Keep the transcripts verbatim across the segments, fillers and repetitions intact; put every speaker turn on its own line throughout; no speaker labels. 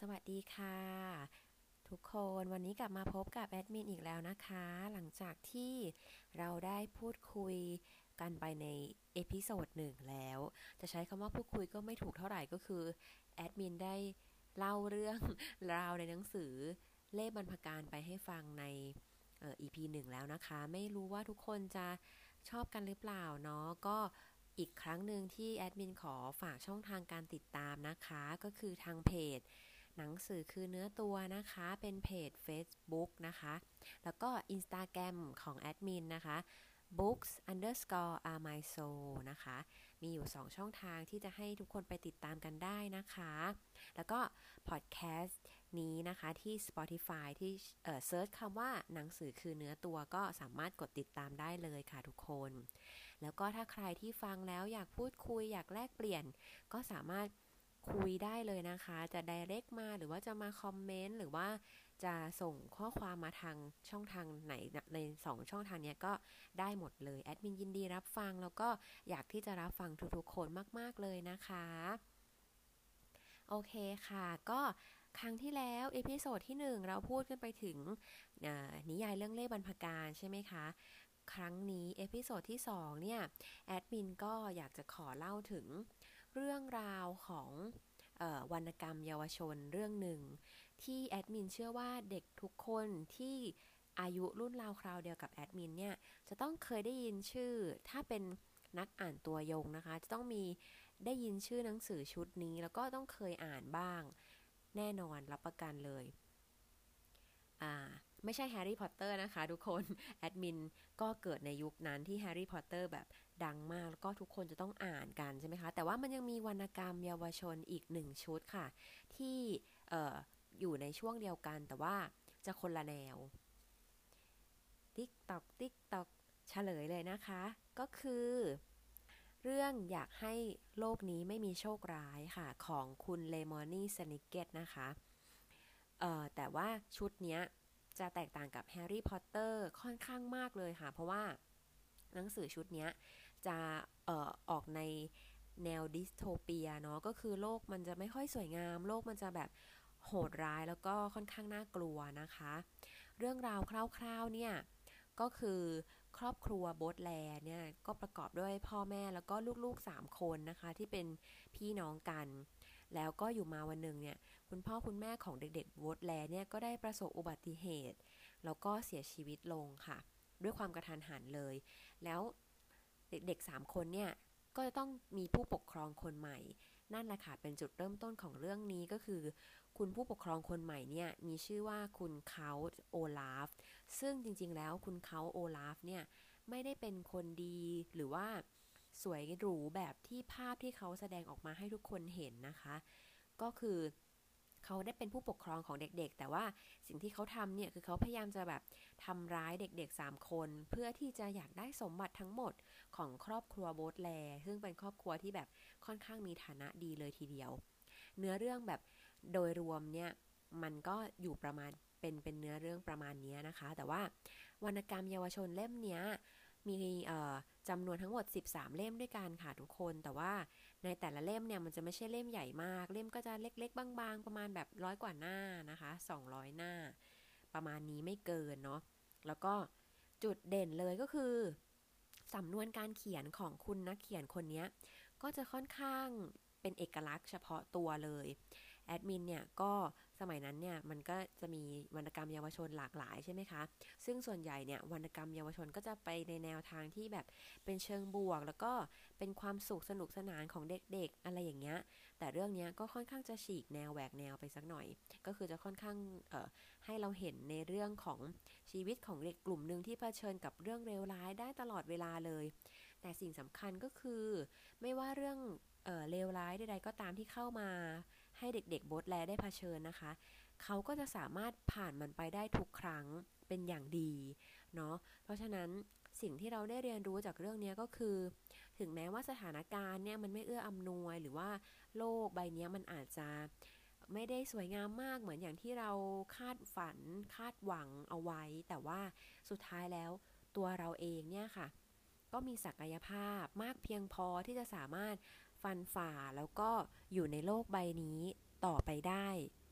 วัสดีค่ะทุกคนวันนี้กลับมาพบกับแอดมินอีกแล้วนะคะหลังจากที่เราได้พูดคุยกันไปในเอพิโซดหนึ่งแล้วจะใช้คำว่าพูดคุยก็ไม่ถูกเท่าไหร่ก็คือแอดมินได้เล่าเรื่องราวในหนังสือเล่มบรรพการไปให้ฟังในเอ่อ อี พี หนึ่งแล้วนะคะไม่รู้ว่าทุกคนจะชอบกันหรือเปล่าเนาะก็อีกครั้งหนึ่งที่แอดมินขอฝากช่องทางการติดตามนะคะก็คือทางเพจหนังสือคือเนื้อตัวนะคะเป็นเพจ Facebook นะคะแล้วก็ Instagram ของแอดมินนะคะ books underscore are my soul นะคะมีอยู่สองช่องทางที่จะให้ทุกคนไปติดตามกันได้นะคะแล้วก็พอดแคสต์นี้นะคะที่ Spotify ที่เอ่อเซิร์ชคำว่าหนังสือคือเนื้อตัวก็สามารถกดติดตามได้เลยค่ะทุกคนแล้วก็ถ้าใครที่ฟังแล้วอยากพูดคุยอยากแลกเปลี่ยนก็สามารถคุยได้เลยนะคะจะ direct มาหรือว่าจะมาคอมเมนต์หรือว่าจะส่งข้อความมาทางช่องทางไหนในสองช่องทางนี้ก็ได้หมดเลยแอดมินยินดีรับฟังแล้วก็อยากที่จะรับฟังทุกๆคนมากๆเลยนะคะโอเคค่ะก็ครั้งที่แล้วเอพิโซดที่หนึ่งเราพูดกันไปถึงนิยายเรื่องเล่ห์บรรพการใช่ไหมคะครั้งนี้เอพิโซดที่สองเนี่ยแอดมินก็อยากจะขอเล่าถึงเรื่องราวของเอ่อวรรณกรรมเยาวชนเรื่องหนึ่งที่แอดมินเชื่อว่าเด็กทุกคนที่อายุรุ่นราวคราวเดียวกับแอดมินเนี่ยจะต้องเคยได้ยินชื่อถ้าเป็นนักอ่านตัวยงนะคะจะต้องมีได้ยินชื่อหนังสือชุดนี้แล้วก็ต้องเคยอ่านบ้างแน่นอนรับประกันเลยอ่าไม่ใช่แฮร์รี่พอตเตอร์นะคะทุกคนแอดมินก็เกิดในยุคนั้นที่แฮร์รี่พอตเตอร์แบบดังมากแล้วก็ทุกคนจะต้องอ่านกันใช่ไหมคะแต่ว่ามันยังมีวรรณกรรมเยาวชนอีกหนึ่งชุดค่ะที่เอ่ออยู่ในช่วงเดียวกันแต่ว่าจะคนละแนวติ๊กตอกติ๊กตอกเฉลยเลยนะคะก็คือเรื่องอยากให้โลกนี้ไม่มีโชคร้ายค่ะของคุณเลมอนี่สนิกเก็ตนะคะเอ่อแต่ว่าชุดเนี้ยจะแตกต่างกับแฮร์รี่พอตเตอร์ค่อนข้างมากเลยค่ะเพราะว่าหนังสือชุดเนี้ยจะเอ่อออกในแนวดิสโทเปียเนาะก็คือโลกมันจะไม่ค่อยสวยงามโลกมันจะแบบโหดร้ายแล้วก็ค่อนข้างน่ากลัวนะคะเรื่องราวคร่าวๆเนี่ยก็คือครอบครัวโบ๊ทแลร์เนี่ยก็ประกอบด้วยพ่อแม่แล้วก็ลูกๆสามคนนะคะที่เป็นพี่น้องกันแล้วก็อยู่มาวันหนึ่งเนี่ยคุณพ่อคุณแม่ของเด็กๆโบ๊ทแลร์เนี่ยก็ได้ประสบอุบัติเหตุแล้วก็เสียชีวิตลงค่ะด้วยความกระทันหันเลยแล้วเด็กๆสามคนเนี่ยก็จะต้องมีผู้ปกครองคนใหม่นั่นแหละค่ะเป็นจุดเริ่มต้นของเรื่องนี้ก็คือคุณผู้ปกครองคนใหม่เนี่ยมีชื่อว่าคุณเคาท์โอลาฟซึ่งจริงๆแล้วคุณเคาท์โอลาฟเนี่ยไม่ได้เป็นคนดีหรือว่าสวยหรูแบบที่ภาพที่เขาแสดงออกมาให้ทุกคนเห็นนะคะก็คือเขาได้เป็นผู้ปกครองของเด็กๆแต่ว่าสิ่งที่เขาทำเนี่ยคือเขาพยายามจะแบบทำร้ายเด็กๆสามคนเพื่อที่จะอยากได้สมบัติทั้งหมดของครอบครัวโบ๊ทแลร์ซึ่งเป็นครอบครัวที่แบบค่อนข้างมีฐานะดีเลยทีเดียวเนื้อเรื่องแบบโดยรวมเนี่ยมันก็อยู่ประมาณเป็นเป็นเนื้อเรื่องประมาณนี้นะคะแต่ว่าวรรณกรรมเยาวชนเล่มเนี้ยมีจำนวนทั้งหมดสิบสามเล่มด้วยกันค่ะทุกคนแต่ว่าในแต่ละเล่มเนี่ยมันจะไม่ใช่เล่มใหญ่มากเล่มก็จะเล็กๆบางๆประมาณแบบร้อยกว่าหน้านะคะสองร้อยหน้าประมาณนี้ไม่เกินเนาะแล้วก็จุดเด่นเลยก็คือสำนวนการเขียนของคุณนักเขียนคนนี้ก็จะค่อนข้างเป็นเอกลักษณ์เฉพาะตัวเลยแอดมินเนี่ยก็สมัยนั้นเนี่ยมันก็จะมีวรรณกรรมเยาวชนหลากหลายใช่ไหมคะซึ่งส่วนใหญ่เนี่ยวรรณกรรมเยาวชนก็จะไปในแนวทางที่แบบเป็นเชิงบวกแล้วก็เป็นความสุขสนุกสนานของเด็กๆอะไรอย่างเงี้ยแต่เรื่องนี้ก็ค่อนข้างจะฉีกแนวแหวกแนวไปสักหน่อยก็คือจะค่อนข้างเอ่อให้เราเห็นในเรื่องของชีวิตของเด็กกลุ่มหนึ่งที่เผชิญกับเรื่องเลวร้ายได้ตลอดเวลาเลยแต่สิ่งสำคัญก็คือไม่ว่าเรื่องเอ่อเลวร้ายใดๆก็ตามที่เข้ามาให้เด็กๆโบ๊ทแลได้เผชิญนะคะเขาก็จะสามารถผ่านมันไปได้ทุกครั้งเป็นอย่างดีเนาะเพราะฉะนั้นสิ่งที่เราได้เรียนรู้จากเรื่องนี้ก็คือถึงแม้ว่าสถานการณ์เนี่ยมันไม่เอื้ออำนวยหรือว่าโลกใบนี้มันอาจจะไม่ได้สวยงามมากเหมือนอย่างที่เราคาดฝันคาดหวังเอาไว้แต่ว่าสุดท้ายแล้วตัวเราเองเนี่ยค่ะก็มีศักยภาพมากเพียงพอที่จะสามารถฟันฝ่าแล้วก็อยู่ในโลกใบนี้ต่อไปได้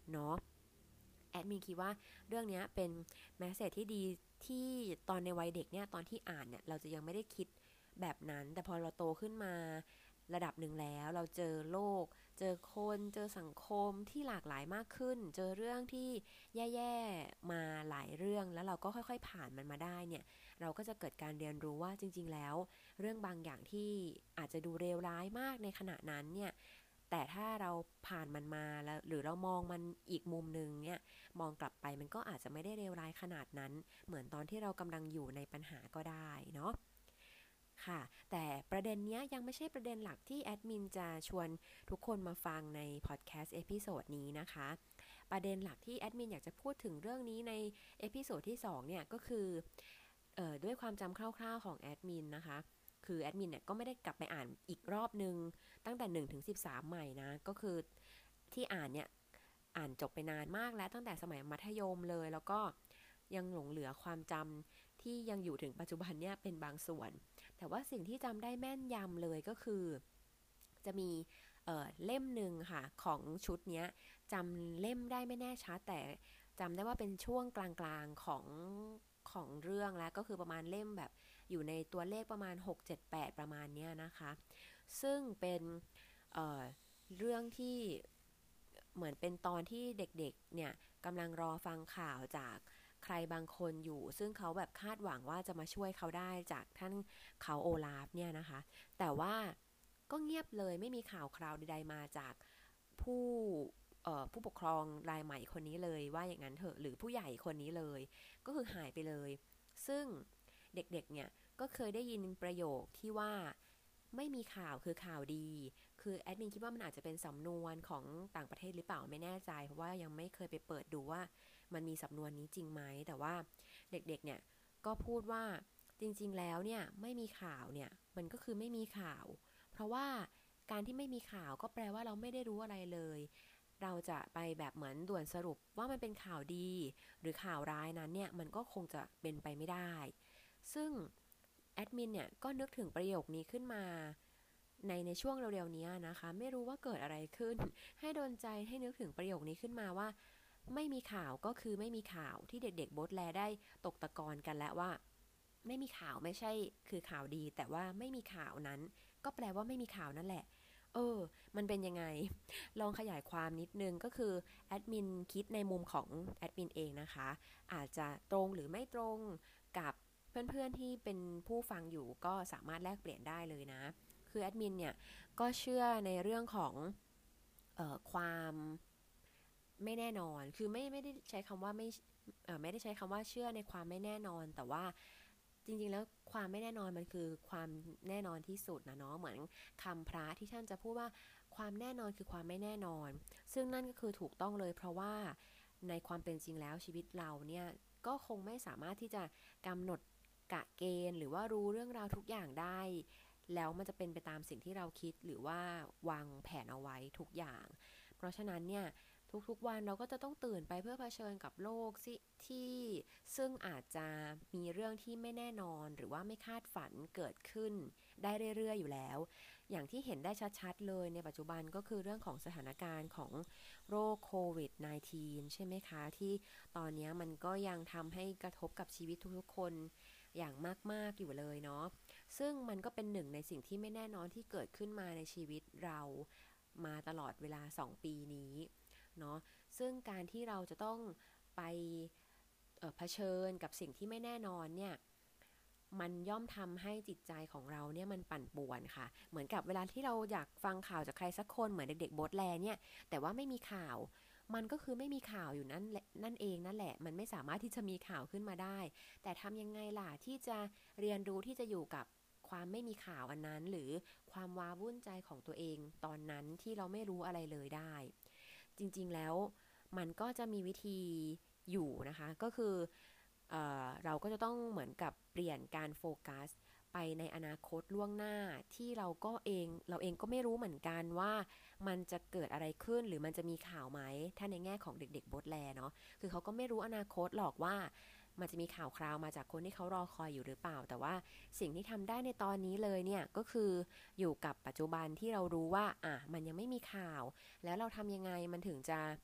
เนาะแอดมินคิดว่าเรื่องนี้เป็นแมสเสจที่ดีที่ตอนในวัยเด็กเนี่ยตอนที่อ่านเนี่ยเราจะยังไม่ได้คิดแบบนั้นแต่พอเราโตขึ้นมาระดับหนึ่งแล้วเราเจอโลกเจอคนเจอสังคมที่หลากหลายมากขึ้นเจอเรื่องที่แย่ๆมาหลายเรื่องแล้วเราก็ค่อยๆผ่านมันมาได้เนี่ยเราก็จะเกิดการเรียนรู้ว่าจริงๆแล้วเรื่องบางอย่างที่อาจจะดูเลวร้ายมากในขณะนั้นเนี่ยแต่ถ้าเราผ่านมันมาแล้วหรือเรามองมันอีกมุมนึงเนี่ยมองกลับไปมันก็อาจจะไม่ได้เลวร้ายขนาดนั้นเหมือนตอนที่เรากำลังอยู่ในปัญหาก็ได้เนาะค่ะแต่ประเด็นนี้ยังไม่ใช่ประเด็นหลักที่แอดมินจะชวนทุกคนมาฟังในพอดแคสต์เอพิโซดนี้นะคะประเด็นหลักที่แอดมินอยากจะพูดถึงเรื่องนี้ในเอพิโซดที่สองเนี่ยก็คือเอ่อด้วยความจำคร่าวๆของแอดมินนะคะคือแอดมินเนี่ยก็ไม่ได้กลับไปอ่านอีกรอบนึงตั้งแต่หนึ่งถึงสิบสามใหม่นะก็คือที่อ่านเนี่ยอ่านจบไปนานมากแล้วตั้งแต่สมัยมัธยมเลยแล้วก็ยังหลงเหลือความจำที่ยังอยู่ถึงปัจจุบันเนี่ยเป็นบางส่วนแต่ว่าสิ่งที่จำได้แม่นยำเลยก็คือจะมีเอ่อเล่มหนึ่งค่ะของชุดเนี้ยจำเล่มได้ไม่แน่ชัดแต่จำได้ว่าเป็นช่วงกลางๆของของเรื่องแล้วก็คือประมาณเล่มแบบอยู่ในตัวเลขประมาณหก เจ็ด แปดประมาณเนี้ยนะคะซึ่งเป็นเอ่อเรื่องที่เหมือนเป็นตอนที่เด็กๆเนี่ยกำลังรอฟังข่าวจากใครบางคนอยู่ซึ่งเขาแบบคาดหวังว่าจะมาช่วยเขาได้จากท่านเขาโอลาฟเนี่ยนะคะแต่ว่าก็เงียบเลยไม่มีข่าวคราวใดๆมาจากผู้ผู้ปกครองรายใหม่คนนี้เลยว่าอย่างนั้นเถอะหรือผู้ใหญ่คนนี้เลยก็คือหายไปเลยซึ่งเด็กๆเนี่ยก็เคยได้ยินประโยคที่ว่าไม่มีข่าวคือข่าวดีคือแอดมินคิดว่ามันอาจจะเป็นสำนวนของต่างประเทศหรือเปล่าไม่แน่ใจเพราะว่ายังไม่เคยไปเปิดดูว่ามันมีสำนวนนี้จริงไหมแต่ว่าเด็กๆเนี่ยก็พูดว่าจริงๆแล้วเนี่ยไม่มีข่าวเนี่ยมันก็คือไม่มีข่าวเพราะว่าการที่ไม่มีข่าวก็แปลว่าเราไม่ได้รู้อะไรเลยเราจะไปแบบเหมือนด่วนสรุปว่ามันเป็นข่าวดีหรือข่าวร้ายนั้นเนี่ยมันก็คงจะเป็นไปไม่ได้ซึ่งแอดมินเนี่ยก็นึกถึงประโยคนี้ขึ้นมาในในช่วงเร็วๆนี้นะคะไม่รู้ว่าเกิดอะไรขึ้นให้โดนใจให้นึกถึงประโยคนี้ขึ้นมาว่าไม่มีข่าวก็คือไม่มีข่าวที่เด็กๆโบสแลได้ตกตะกอนกันแล้วว่าไม่มีข่าวไม่ใช่คือข่าวดีแต่ว่าไม่มีข่าวนั้นก็แปลว่าไม่มีข่าวนั่นแหละเออมันเป็นยังไงลองขยายความนิดนึงก็คือแอดมินคิดในมุมของแอดมินเองนะคะอาจจะตรงหรือไม่ตรงกับเพื่อนๆที่เป็นผู้ฟังอยู่ก็สามารถแลกเปลี่ยนได้เลยนะคือแอดมินเนี่ยก็เชื่อในเรื่องของเอ่อความไม่แน่นอนคือไม่ไม่ได้ใช้คำว่าไม่เอ่อไม่ได้ใช้คำว่าเชื่อในความไม่แน่นอนแต่ว่าจริงๆแล้วความไม่แน่นอนมันคือความแน่นอนที่สุดนะเนาะเหมือนคำพระที่ท่านจะพูดว่าความแน่นอนคือความไม่แน่นอนซึ่งนั่นก็คือถูกต้องเลยเพราะว่าในความเป็นจริงแล้วชีวิตเราเนี่ยก็คงไม่สามารถที่จะกำหนดกะเกณฑ์หรือว่ารู้เรื่องราวทุกอย่างได้แล้วมันจะเป็นไปตามสิ่งที่เราคิดหรือว่าวางแผนเอาไว้ทุกอย่างเพราะฉะนั้นเนี่ยทุกๆวันเราก็จะต้องตื่นไปเพื่อเผชิญกับโลกที่ซึ่งอาจจะมีเรื่องที่ไม่แน่นอนหรือว่าไม่คาดฝันเกิดขึ้นได้เรื่อยๆอยู่แล้วอย่างที่เห็นได้ชัดๆเลยในปัจจุบันก็คือเรื่องของสถานการณ์ของโรคโควิด สิบเก้า ใช่ไหมคะที่ตอนนี้มันก็ยังทำให้กระทบกับชีวิตทุกๆคนอย่างมากๆอยู่เลยเนาะซึ่งมันก็เป็นหนึ่งในสิ่งที่ไม่แน่นอนที่เกิดขึ้นมาในชีวิตเรามาตลอดเวลาสองปีนี้เนาะซึ่งการที่เราจะต้องไปเผชิญกับสิ่งที่ไม่แน่นอนเนี่ยมันย่อมทำให้จิตใจของเราเนี่ยมันปั่นป่วนค่ะเหมือนกับเวลาที่เราอยากฟังข่าวจากใครสักคนเหมือนเด็กๆโบสแลเนี่ยแต่ว่าไม่มีข่าวมันก็คือไม่มีข่าวอยู่นั่นนั่นเองนั่นแหละมันไม่สามารถที่จะมีข่าวขึ้นมาได้แต่ทำยังไงล่ะที่จะเรียนรู้ที่จะอยู่กับความไม่มีข่าวอันนั้นหรือความว้าวุ่นใจของตัวเองตอนนั้นที่เราไม่รู้อะไรเลยได้จริงๆแล้วมันก็จะมีวิธีอยู่นะคะก็คือเออเราก็จะต้องเหมือนกับเปลี่ยนการโฟกัสไปในอนาคตล่วงหน้าที่เราก็เองเราเองก็ไม่รู้เหมือนกันว่ามันจะเกิดอะไรขึ้นหรือมันจะมีข่าวไหมถ้าในแง่ของเด็กๆโบสแลเนาะคือเขาก็ไม่รู้อนาคตหรอกว่ามันจะมีข่าวคราวมาจากคนที่เขารอคอยอยู่หรือเปล่าแต่ว่าสิ่งที่ทำได้ในตอนนี้เลยเนี่ยก็คืออยู่กับปัจจุบันที่เรารู้ว่าอ่ะมันยังไม่มีข่าวแล้วเราทำยังไงมันถึงจะ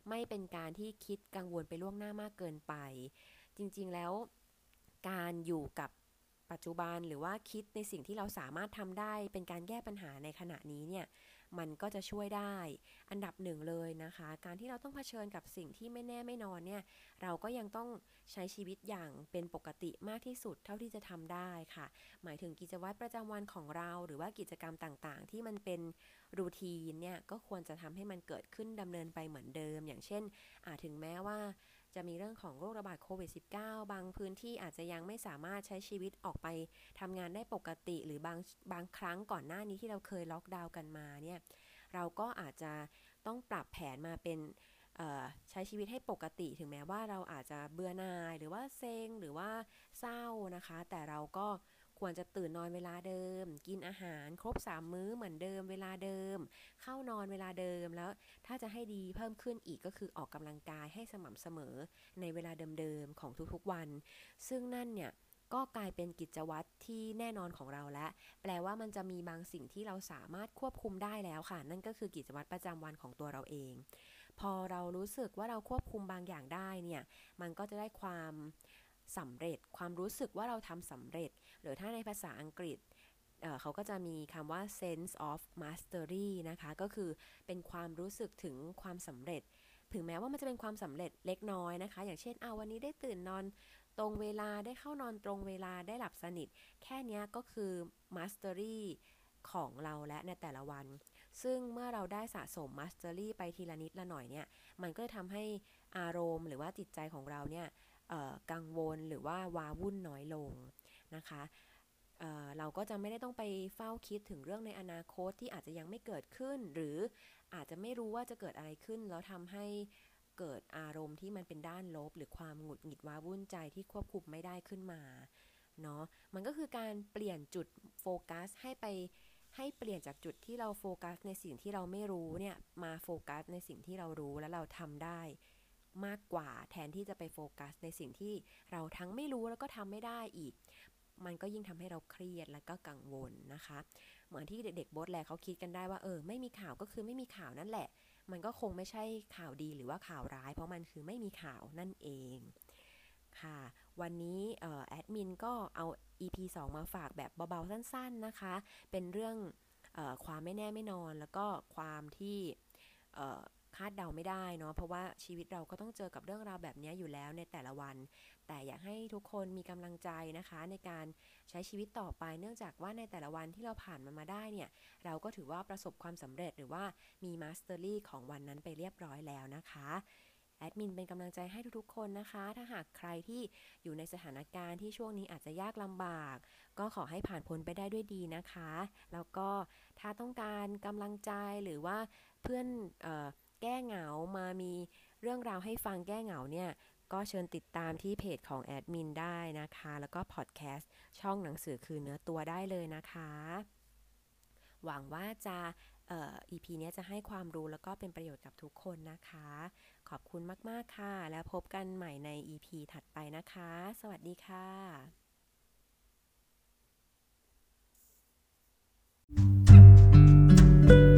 ไม่เป็นการที่คิดกังวลไปล่วงหน้ามากเกินไปจริงๆแล้วการอยู่กับปัจจุบันหรือว่าคิดในสิ่งที่เราสามารถทำได้เป็นการแก้ปัญหาในขณะนี้เนี่ยมันก็จะช่วยได้อันดับหนึ่งเลยนะคะการที่เราต้องเผชิญกับสิ่งที่ไม่แน่ไม่นอนเนี่ยเราก็ยังต้องใช้ชีวิตอย่างเป็นปกติมากที่สุดเท่าที่จะทำได้ค่ะหมายถึงกิจวัตรประจำวันของเราหรือว่ากิจกรรมต่างๆที่มันเป็นรูทีนเนี่ยก็ควรจะทำให้มันเกิดขึ้นดำเนินไปเหมือนเดิมอย่างเช่นถึงแม้ว่าจะมีเรื่องของโรคระบาดโควิด สิบเก้า บางพื้นที่อาจจะยังไม่สามารถใช้ชีวิตออกไปทำงานได้ปกติหรือบางบางครั้งก่อนหน้านี้ที่เราเคยล็อกดาวน์กันมาเนี่ยเราก็อาจจะต้องปรับแผนมาเป็นใช้ชีวิตให้ปกติถึงแม้ว่าเราอาจจะเบื่อหน่ายหรือว่าเซ็งหรือว่าเศร้านะคะแต่เราก็ควรจะตื่นนอนเวลาเดิมกินอาหารครบสามมื้อเหมือนเดิมเวลาเดิมเข้านอนเวลาเดิมแล้วถ้าจะให้ดีเพิ่มขึ้นอีกก็คือออกกำลังกายให้สม่ำเสมอในเวลาเดิมๆของทุกๆวันซึ่งนั่นเนี่ยก็กลายเป็นกิจวัตรที่แน่นอนของเราแล้วแปลว่ามันจะมีบางสิ่งที่เราสามารถควบคุมได้แล้วค่ะนั่นก็คือกิจวัตรประจำวันของตัวเราเองพอเรารู้สึกว่าเราควบคุมบางอย่างได้เนี่ยมันก็จะได้ความสำเร็จความรู้สึกว่าเราทำสำเร็จหรือถ้าในภาษาอังกฤษ เอ่อ เขาก็จะมีคำว่า sense of mastery นะคะก็คือเป็นความรู้สึกถึงความสำเร็จถึงแม้ว่ามันจะเป็นความสำเร็จเล็กน้อยนะคะอย่างเช่นเอาวันนี้ได้ตื่นนอนตรงเวลาได้เข้านอนตรงเวลาได้หลับสนิทแค่นี้ก็คือ mastery ของเราและในแต่ละวันซึ่งเมื่อเราได้สะสม mastery ไปทีละนิดละหน่อยเนี่ยมันก็จะทำให้อารมณ์หรือว่าจิตใจของเราเนี่ยกังวลหรือว่าวาวุ่นน้อยลงนะคะเอ่อเราก็จะไม่ได้ต้องไปเฝ้าคิดถึงเรื่องในอนาคตที่อาจจะยังไม่เกิดขึ้นหรืออาจจะไม่รู้ว่าจะเกิดอะไรขึ้นแล้วทำให้เกิดอารมณ์ที่มันเป็นด้านลบหรือความหงุดหงิดว้าวุ่นใจที่ควบคุมไม่ได้ขึ้นมาเนาะมันก็คือการเปลี่ยนจุดโฟกัสให้ไปให้เปลี่ยนจากจุดที่เราโฟกัสในสิ่งที่เราไม่รู้เนี่ยมาโฟกัสในสิ่งที่เรารู้และเราทำได้มากกว่าแทนที่จะไปโฟกัสในสิ่งที่เราทั้งไม่รู้แล้วก็ทำไม่ได้อีกมันก็ยิ่งทำให้เราเครียดและก็กังวลนะคะเหมือนที่เด็กๆโบ๊ทแลเขาคิดกันได้ว่าเออไม่มีข่าวก็คือไม่มีข่าวนั่นแหละมันก็คงไม่ใช่ข่าวดีหรือว่าข่าวร้ายเพราะมันคือไม่มีข่าวนั่นเองค่ะวันนี้แอดมินก็เอา อี พี สองมาฝากแบบเบาๆสั้นๆนะคะเป็นเรื่องเอ่อความไม่แน่ไม่นอนแล้วก็ความที่เอ่อคาดเดาไม่ได้เนาะเพราะว่าชีวิตเราก็ต้องเจอกับเรื่องราวแบบนี้อยู่แล้วในแต่ละวันแต่อยากให้ทุกคนมีกำลังใจนะคะในการใช้ชีวิตต่อไปเนื่องจากว่าในแต่ละวันที่เราผ่านมันมาได้เนี่ยเราก็ถือว่าประสบความสำเร็จหรือว่ามีมาสเตอรี่ของวันนั้นไปเรียบร้อยแล้วนะคะแอดมินเป็นกำลังใจให้ทุกๆคนนะคะถ้าหากใครที่อยู่ในสถานการณ์ที่ช่วงนี้อาจจะยากลำบากก็ขอให้ผ่านพ้นไปได้ด้วยดีนะคะแล้วก็ถ้าต้องการกำลังใจหรือว่าเพื่อนเอ่อแก้เหงามามีเรื่องราวให้ฟังแก้เหงาเนี่ยก็เชิญติดตามที่เพจของแอดมินได้นะคะแล้วก็พอดแคสต์ช่องหนังสือคือเนื้อตัวได้เลยนะคะหวังว่าจะเอ่อ อี พี นี้จะให้ความรู้แล้วก็เป็นประโยชน์กับทุกคนนะคะขอบคุณมากๆค่ะแล้วพบกันใหม่ใน อี พี ถัดไปนะคะสวัสดีค่ะ